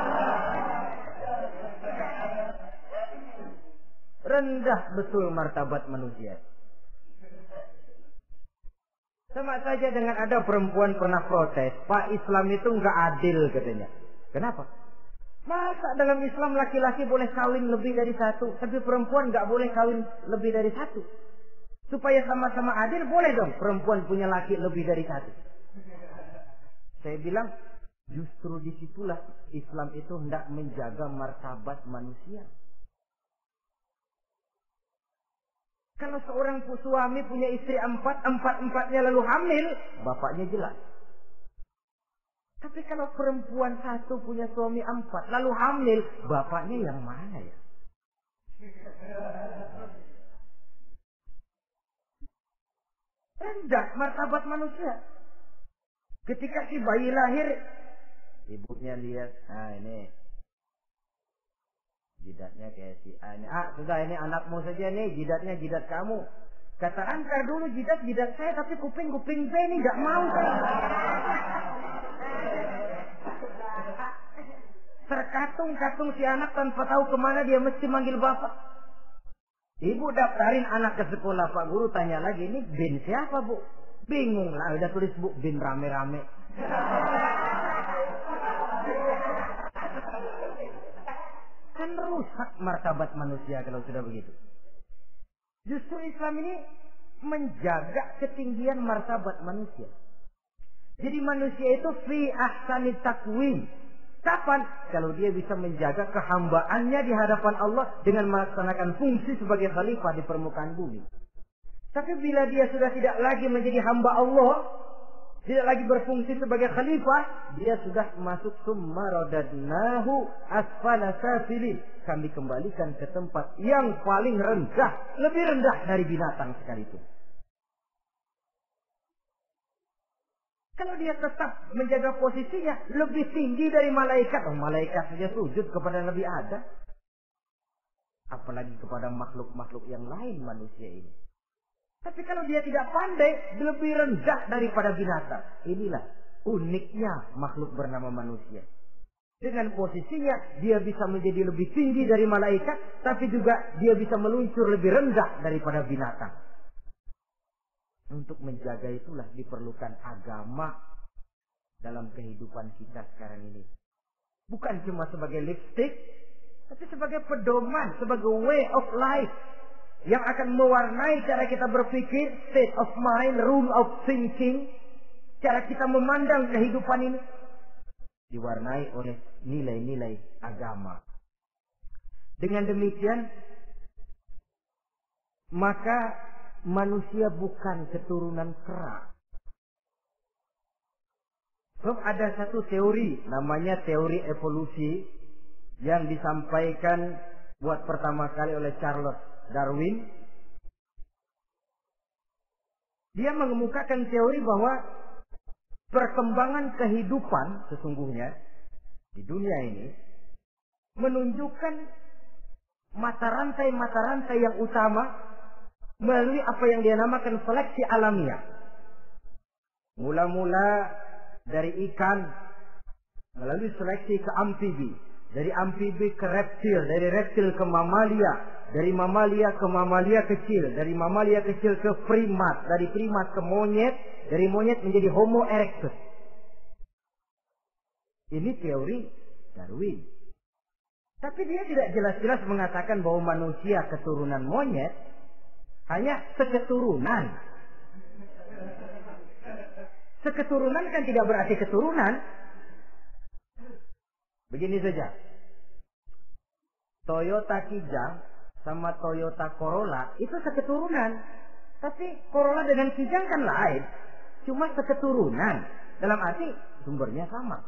Rendah betul martabat manusia. Sama saja dengan ada perempuan pernah protes, Pak, Islam itu enggak adil katanya. Kenapa? Masa dalam Islam laki-laki boleh kawin lebih dari satu, tapi perempuan enggak boleh kawin lebih dari satu? Supaya sama-sama adil, boleh dong perempuan punya laki lebih dari satu. Saya bilang, justru disitulah Islam itu hendak menjaga martabat manusia. Kalau seorang suami punya istri empat, empat-empatnya lalu hamil, bapaknya jelas. Tapi kalau perempuan satu punya suami empat, lalu hamil, bapaknya yang mana ya? Rendah martabat manusia. Ketika si bayi lahir, ibunya lihat, nah ini jidatnya kayak si A. Ah, sudah ini anakmu saja nih, jidatnya jidat kamu. Kata angkar dulu jidat jidat saya, tapi kuping kuping B ini nggak mau saya. Terkatung-katung si anak tanpa tahu kemana dia mesti manggil bapak. Ibu daftarin anak ke sekolah, Pak Guru tanya lagi, ini bin siapa, Bu? Bingung lah, udah tulis Bu, bin rame-rame. Kan rusak martabat manusia kalau sudah begitu. Justru Islam ini menjaga ketinggian martabat manusia. Jadi manusia itu fi ahsani taqwim, Kapan? Kalau dia bisa menjaga kehambaannya di hadapan Allah dengan melaksanakan fungsi sebagai khalifah di permukaan bumi. Tapi bila dia sudah tidak lagi menjadi hamba Allah, tidak lagi berfungsi sebagai khalifah, dia sudah masuk summa radadnahu asfala safilin. Kami kembalikan ke tempat yang paling rendah, lebih rendah dari binatang sekalipun. Kalau dia tetap menjaga posisinya lebih tinggi dari malaikat, oh, malaikat saja sujud kepada Nabi Adam, apalagi kepada makhluk-makhluk yang lain manusia ini. Tapi kalau dia tidak pandai, lebih rendah daripada binatang. Inilah uniknya makhluk bernama manusia. Dengan posisinya, dia bisa menjadi lebih tinggi dari malaikat, tapi juga dia bisa meluncur lebih rendah daripada binatang. Untuk menjaga itulah diperlukan agama dalam kehidupan kita sekarang ini. Bukan cuma sebagai lipstick, tapi sebagai pedoman, sebagai way of life yang akan mewarnai cara kita berpikir, state of mind, rule of thinking, cara kita memandang kehidupan ini diwarnai oleh nilai-nilai agama. Dengan demikian, maka manusia bukan keturunan kera. Sebab ada satu teori, namanya teori evolusi, yang disampaikan buat pertama kali oleh Charles Darwin. Dia mengemukakan teori bahwa perkembangan kehidupan sesungguhnya di dunia ini menunjukkan mata rantai-mata rantai yang utama melalui apa yang dia namakan seleksi alamiah. Mula-mula dari ikan melalui seleksi ke amfibi, dari amfibi ke reptil, dari reptil ke mamalia, dari mamalia ke mamalia kecil, dari mamalia kecil ke primat, dari primat ke monyet, dari monyet menjadi Homo erectus. Ini teori Darwin. Tapi dia tidak jelas-jelas mengatakan bahwa manusia keturunan monyet, hanya seketurunan. Seketurunan kan tidak berarti keturunan. Begini saja. Toyota Kijang sama Toyota Corolla itu seketurunan. Tapi Corolla dengan Kijang kan lain. Cuma seketurunan. Dalam arti sumbernya sama.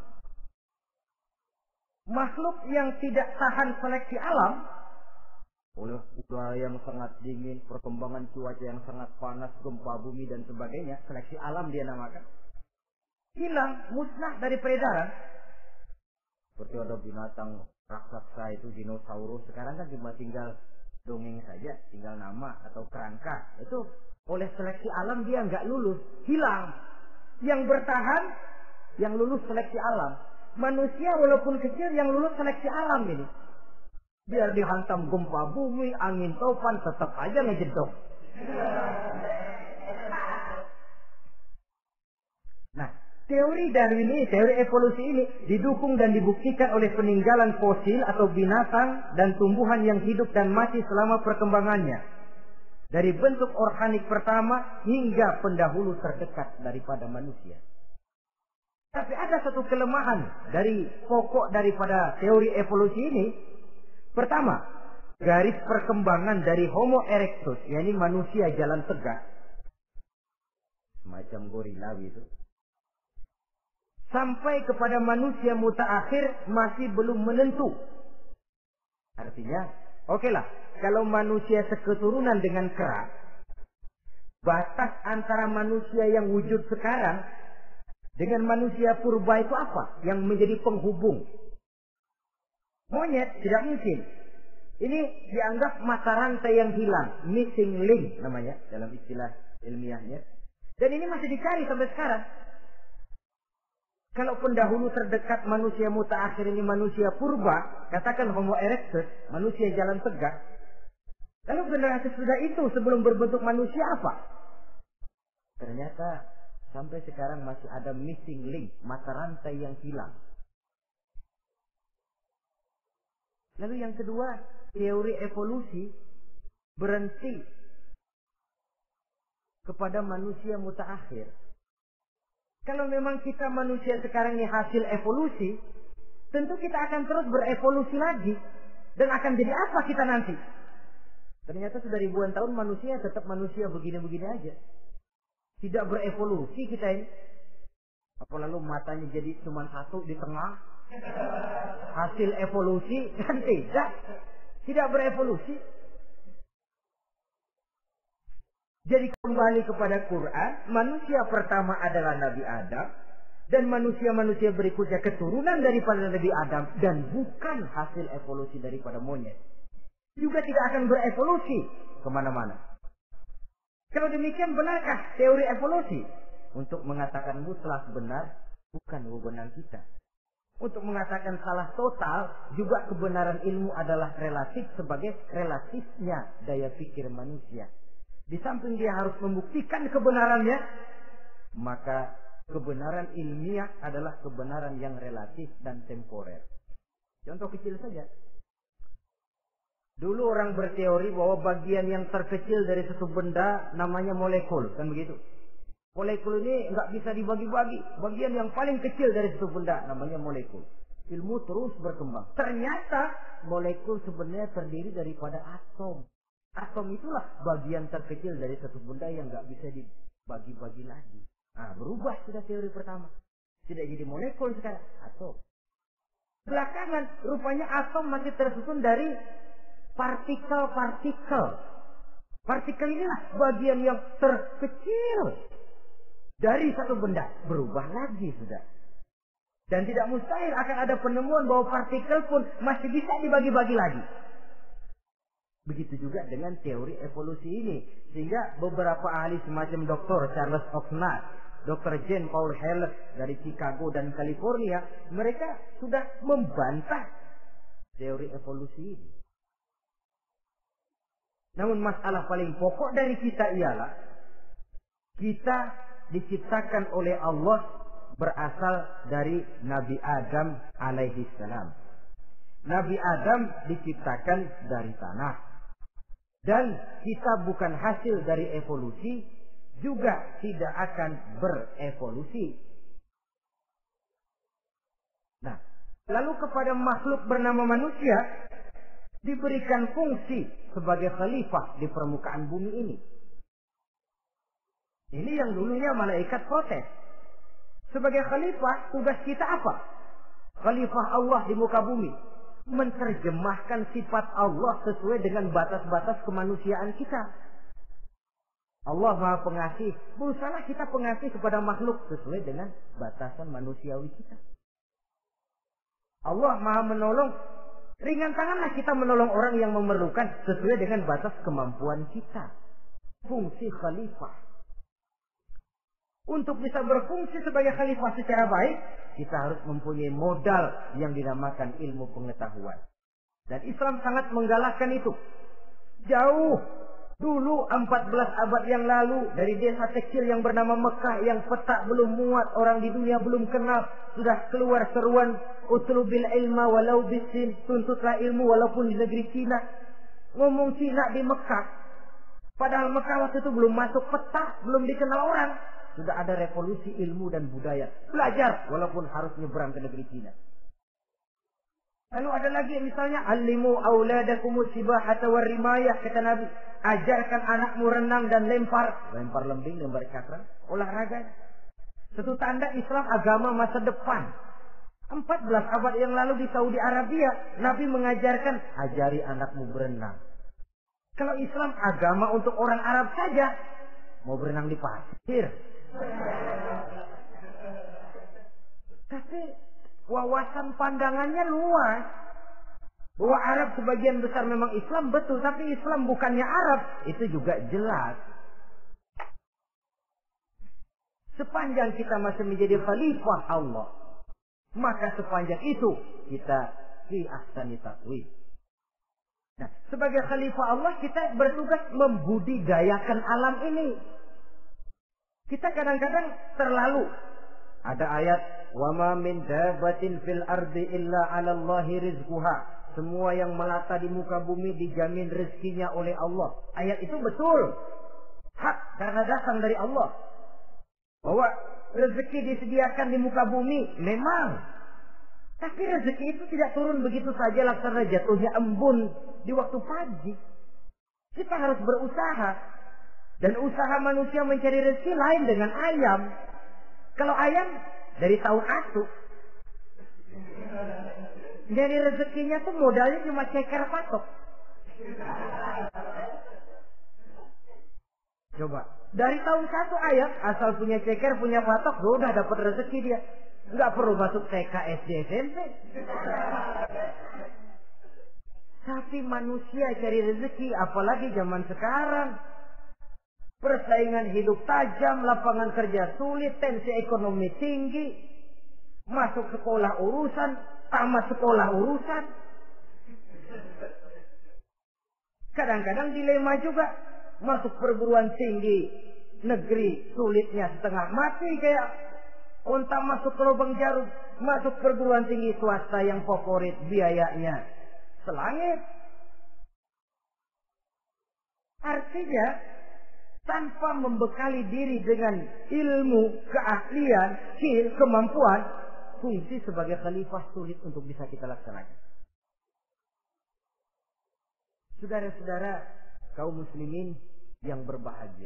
Makhluk yang tidak tahan seleksi alam, oleh udara yang sangat dingin, perkembangan cuaca yang sangat panas, gempa bumi dan sebagainya, seleksi alam dia namakan, hilang, musnah dari peredaran. Seperti ada binatang raksasa itu dinosaurus, sekarang kan cuma tinggal dongeng saja, tinggal nama atau kerangka. Itu oleh seleksi alam dia nggak lulus, hilang. Yang bertahan, yang lulus seleksi alam. Manusia walaupun kecil yang lulus seleksi alam ini. Biar dihantam gempa bumi, angin topan, tetap aja ngejedok. Nah, teori Darwin ini, teori evolusi ini didukung dan dibuktikan oleh peninggalan fosil atau binatang dan tumbuhan yang hidup dan mati selama perkembangannya. Dari bentuk organik pertama hingga pendahulu terdekat daripada manusia. Tapi ada satu kelemahan dari pokok daripada teori evolusi ini. Pertama, garis perkembangan dari Homo erectus, yakni manusia jalan tegak, semacam gorila itu, sampai kepada manusia mutaakhir masih belum menentu. Artinya, oke lah, kalau manusia seketurunan dengan kera, batas antara manusia yang wujud sekarang dengan manusia purba itu apa? Yang menjadi penghubung. Monyet tidak mungkin. Ini dianggap mata rantai yang hilang, missing link namanya dalam istilah ilmiahnya. Dan ini masih dicari sampai sekarang. Kalau pendahulu terdekat manusia mutaakhir ini manusia purba, katakan Homo erectus, manusia jalan tegak. Lalu generasi sudah itu sebelum berbentuk manusia apa? Ternyata sampai sekarang masih ada missing link, mata rantai yang hilang. Lalu yang kedua, teori evolusi berhenti kepada manusia mutaakhir. Kalau memang kita manusia sekarang ini hasil evolusi, tentu kita akan terus berevolusi lagi. Dan akan jadi apa kita nanti? Ternyata sudah ribuan tahun manusia tetap manusia begini-begini aja. Tidak berevolusi kita ini. Apa lalu matanya jadi cuma satu di tengah? Hasil evolusi? Kan tidak. Tidak berevolusi. Jadi kembali kepada Quran, manusia pertama adalah Nabi Adam. Dan manusia-manusia berikutnya keturunan daripada Nabi Adam. Dan bukan hasil evolusi daripada monyet. Juga tidak akan berevolusi kemana-mana. Kalau demikian, benarkah teori evolusi? Untuk mengatakan mutlak benar, bukan wewenang kita. Untuk mengatakan salah total, juga kebenaran ilmu adalah relatif sebagai relatifnya daya pikir manusia. Di samping dia harus membuktikan kebenarannya, maka kebenaran ilmiah adalah kebenaran yang relatif dan temporer. Contoh kecil saja. Dulu orang berteori bahwa bagian yang terkecil dari satu benda namanya molekul, kan begitu? Molekul ini nggak bisa dibagi-bagi. Bagian yang paling kecil dari satu benda namanya molekul. Ilmu terus berkembang. Ternyata molekul sebenarnya terdiri daripada atom. Atom itulah bagian terkecil dari satu benda yang nggak bisa dibagi-bagi lagi. Nah, berubah sudah teori pertama. Tidak jadi molekul sekarang, atom. Belakangan rupanya atom masih tersusun dari partikel-partikel. Partikel inilah bagian yang terkecil dari satu benda. Berubah lagi sudah. Dan tidak mustahil akan ada penemuan bahwa partikel pun masih bisa dibagi-bagi lagi. Begitu juga dengan teori evolusi ini. Sehingga beberapa ahli semacam doktor Charles Oxnard, doktor Jane Paul Heller dari Chicago dan California, mereka sudah membantah teori evolusi ini. Namun masalah paling pokok dari kita ialah kita diciptakan oleh Allah berasal dari Nabi Adam alaihi salam. Nabi Adam diciptakan dari tanah. Dan kita bukan hasil dari evolusi, juga tidak akan berevolusi. Nah, lalu kepada makhluk bernama manusia diberikan fungsi sebagai khalifah di permukaan bumi ini. Ini yang dulunya malaikat protes. Sebagai khalifah, tugas kita apa? Khalifah Allah di muka bumi. Menerjemahkan sifat Allah sesuai dengan batas-batas kemanusiaan kita. Allah Maha Pengasih. Berusaha kita pengasih kepada makhluk sesuai dengan batasan manusiawi kita. Allah Maha Menolong. Ringan tanganlah kita menolong orang yang memerlukan sesuai dengan batas kemampuan kita. Fungsi khalifah. Untuk bisa berfungsi sebagai khalifah secara baik, kita harus mempunyai modal yang dinamakan ilmu pengetahuan. Dan Islam sangat menggalakkan itu. Jauh dulu empat belas abad yang lalu, dari desa kecil yang bernama Mekah yang peta belum muat, orang di dunia belum kenal, sudah keluar seruan utlubil ilma walau bisin, tuntutlah ilmu walaupun di negeri Cina. Ngomong Cina di Mekah, padahal Mekah waktu itu belum masuk peta, belum dikenal orang. Sudah ada revolusi ilmu dan budaya. Belajar walaupun harus nyebrang ke negeri Cina. Lalu ada lagi misalnya alimu auladakumus sibahata warrimayah, kata Nabi. Ajarkan anakmu renang dan lempar. Lempar lembing, lempar cakram. Olahraga. Satu tanda Islam agama masa depan. empat belas abad yang lalu di Saudi Arabia, Nabi mengajarkan ajari anakmu berenang. Kalau Islam agama untuk orang Arab saja, mau berenang di pasir. Tapi wawasan pandangannya luas. Bahwa Arab sebagian besar memang Islam, betul. Tapi Islam bukannya Arab, itu juga jelas. Sepanjang kita masih menjadi khalifah Allah, maka sepanjang itu kita fi ahsani taqwim. Nah, sebagai khalifah Allah kita bertugas membudidayakan alam ini. Kita kadang-kadang terlalu. Ada ayat, wa ma min dabatin fil ardi illa 'ala Allahi rizquha. Semua yang melata di muka bumi dijamin rezekinya oleh Allah. Ayat itu betul. Hak karena datang dari Allah. Bahwa rezeki disediakan di muka bumi memang. Tapi rezeki itu tidak turun begitu saja laksana jatuhnya embun di waktu pagi. Kita harus berusaha. Dan usaha manusia mencari rezeki lain dengan ayam. Kalau ayam dari tahun atu. Jadi rezekinya tuh modalnya cuma ceker patok. Coba. Dari tahun satu ayam asal punya ceker, punya patok, udah dapat rezeki dia. Nggak perlu masuk T K, S D, S M P. Tapi manusia cari rezeki, apalagi zaman sekarang. Persaingan hidup tajam, lapangan kerja sulit, tensi ekonomi tinggi. Masuk sekolah urusan, tamat sekolah urusan. Kadang-kadang dilema juga. Masuk perguruan tinggi negeri sulitnya setengah mati kayak unta masuk ke lubang jarum. Masuk perguruan tinggi swasta yang favorit biayanya selangit. Artinya tanpa membekali diri dengan ilmu, keahlian, skill, kemampuan, fungsi sebagai khalifah sulit untuk bisa kita laksanakan. Saudara-saudara kaum muslimin yang berbahagia.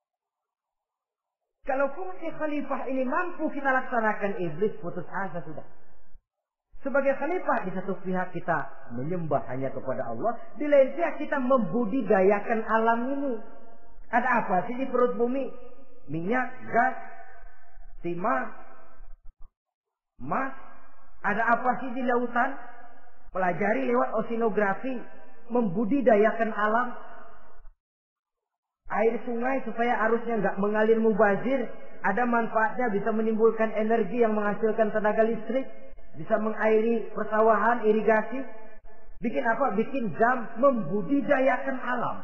Kalau fungsi khalifah ini mampu kita laksanakan, iblis putus asa sudah. Sebagai khalifah di satu pihak kita menyembah hanya kepada Allah, di lain pihak kita membudidayakan alam ini. Ada apa sih di perut bumi? Minyak, gas, timah, emas. Ada apa sih di lautan? Pelajari lewat oceanografi, membudidayakan alam. Air sungai supaya arusnya nggak mengalir mubazir, ada manfaatnya, bisa menimbulkan energi yang menghasilkan tenaga listrik, bisa mengairi persawahan, irigasi. Bikin apa? Bikin dam, membudidayakan alam.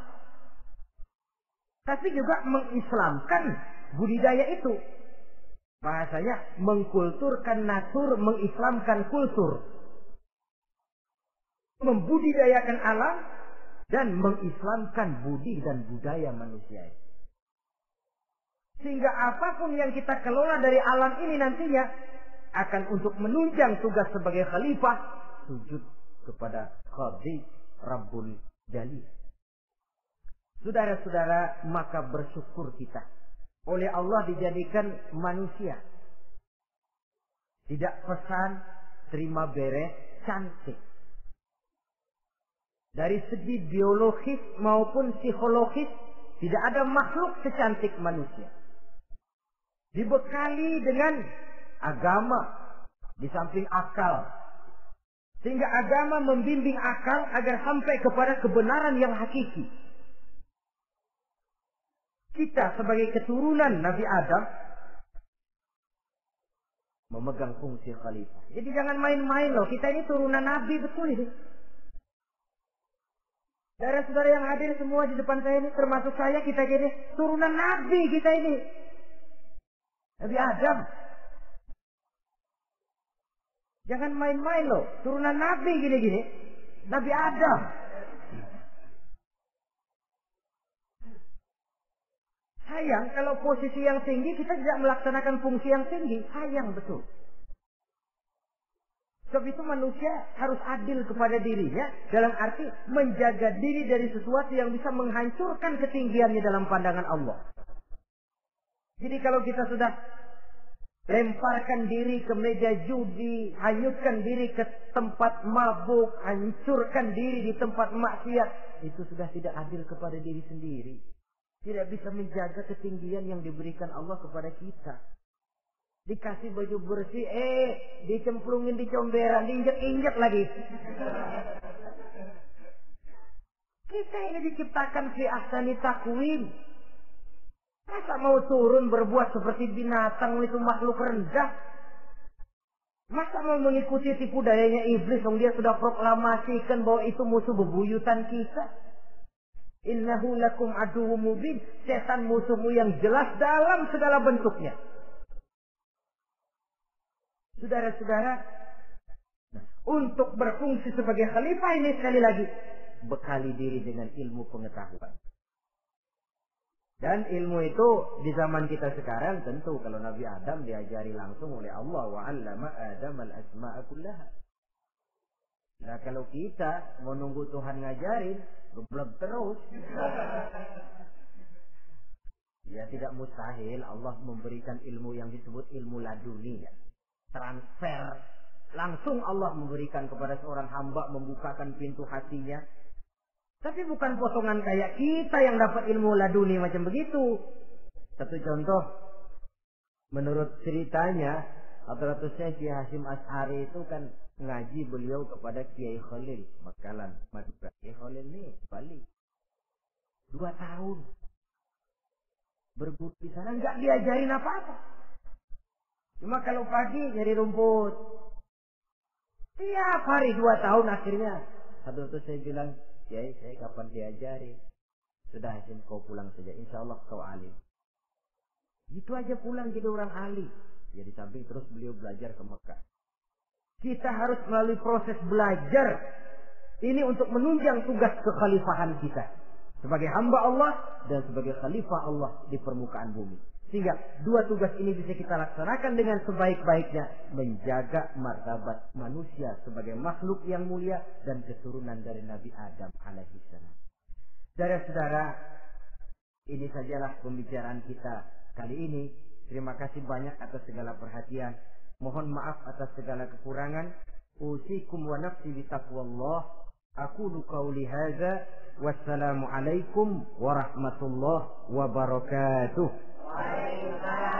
Tapi juga mengislamkan budidaya itu. Bahasanya mengkulturkan natur, mengislamkan kultur. Membudidayakan alam dan mengislamkan budi dan budaya manusia. Sehingga apapun yang kita kelola dari alam ini nantinya akan untuk menunjang tugas sebagai khalifah, sujud kepada Khalik Rabbul Jalil. Saudara-saudara, maka bersyukur kita oleh Allah dijadikan manusia. Tidak pesan, terima beres, cantik. Dari segi biologis maupun psikologis, tidak ada makhluk secantik manusia. Dibekali dengan agama di samping akal. Sehingga agama membimbing akal agar sampai kepada kebenaran yang hakiki. Kita sebagai keturunan Nabi Adam memegang fungsi khalifah. Jadi jangan main-main loh. Kita ini turunan Nabi, betul ini. Saudara-saudara yang hadir semua di depan saya ini, termasuk saya, kita jadi turunan Nabi kita ini. Nabi Adam. Jangan main-main loh. Turunan Nabi gini-gini. Nabi Adam. Sayang kalau posisi yang tinggi kita tidak melaksanakan fungsi yang tinggi. Sayang betul. Sebab itu manusia harus adil kepada dirinya dalam arti menjaga diri dari sesuatu yang bisa menghancurkan ketinggiannya dalam pandangan Allah. Jadi kalau kita sudah lemparkan diri ke meja judi, hanyutkan diri ke tempat mabuk, hancurkan diri di tempat maksiat, itu sudah tidak adil kepada diri sendiri. Tidak bisa menjaga ketinggian yang diberikan Allah kepada kita. Dikasih baju bersih, eh dicemplungin di comberan, diinjek-injek lagi. Kita ini diciptakan fi ahsani taqwim. Masa mau turun berbuat seperti binatang, itu makhluk rendah? Masa mau mengikuti tipu dayanya iblis, yang dia sudah proklamasikan bahwa itu musuh bebuyutan kita? Innahu lakum aduwwum mubin. Setan musuhmu yang jelas dalam segala bentuknya. Saudara-saudara, nah, untuk berfungsi sebagai khalifah ini sekali lagi bekali diri dengan ilmu pengetahuan. Dan ilmu itu di zaman kita sekarang tentu kalau Nabi Adam diajari langsung oleh Allah, wa 'allama Adam al-asma'a kullaha. Nah kalau kita mau nunggu Tuhan ngajarin, geblek terus. Ya tidak mustahil Allah memberikan ilmu yang disebut ilmu laduni. Transfer. Langsung Allah memberikan kepada seorang hamba, membukakan pintu hatinya. Tapi bukan potongan kayak kita yang dapat ilmu laduni macam begitu. Satu contoh, menurut ceritanya, Hadratusnya Syekh Hasyim Asy'ari itu kan ngaji beliau kepada Kiai Khalil Makalan, Madura. Kiai Khalil ini Bali. Dua tahun berguru di sana nggak diajarin apa-apa. Cuma kalau pagi nyari rumput. Tiap hari dua tahun akhirnya. Hadratus saya bilang, Kiai, saya kapan diajari? Sudah Hasyim, kau pulang saja. Insya Allah kau alim. Itu aja pulang jadi orang alim. Ya di samping terus beliau belajar ke Mekah. Kita harus melalui proses belajar. Ini untuk menunjang tugas kekhalifahan kita. Sebagai hamba Allah dan sebagai khalifah Allah di permukaan bumi. Sehingga dua tugas ini bisa kita laksanakan dengan sebaik-baiknya. Menjaga martabat manusia sebagai makhluk yang mulia dan keturunan dari Nabi Adam alaihissalam. Saudara-saudara, ini sajalah pembicaraan kita kali ini. Terima kasih banyak atas segala perhatian. Mohon maaf atas segala kekurangan. Usikum wa nafsi bitaqwallah. Aqulu qawli hadza. Wassalamu alaikum warahmatullahi wabarakatuh. Waalaikumsalam.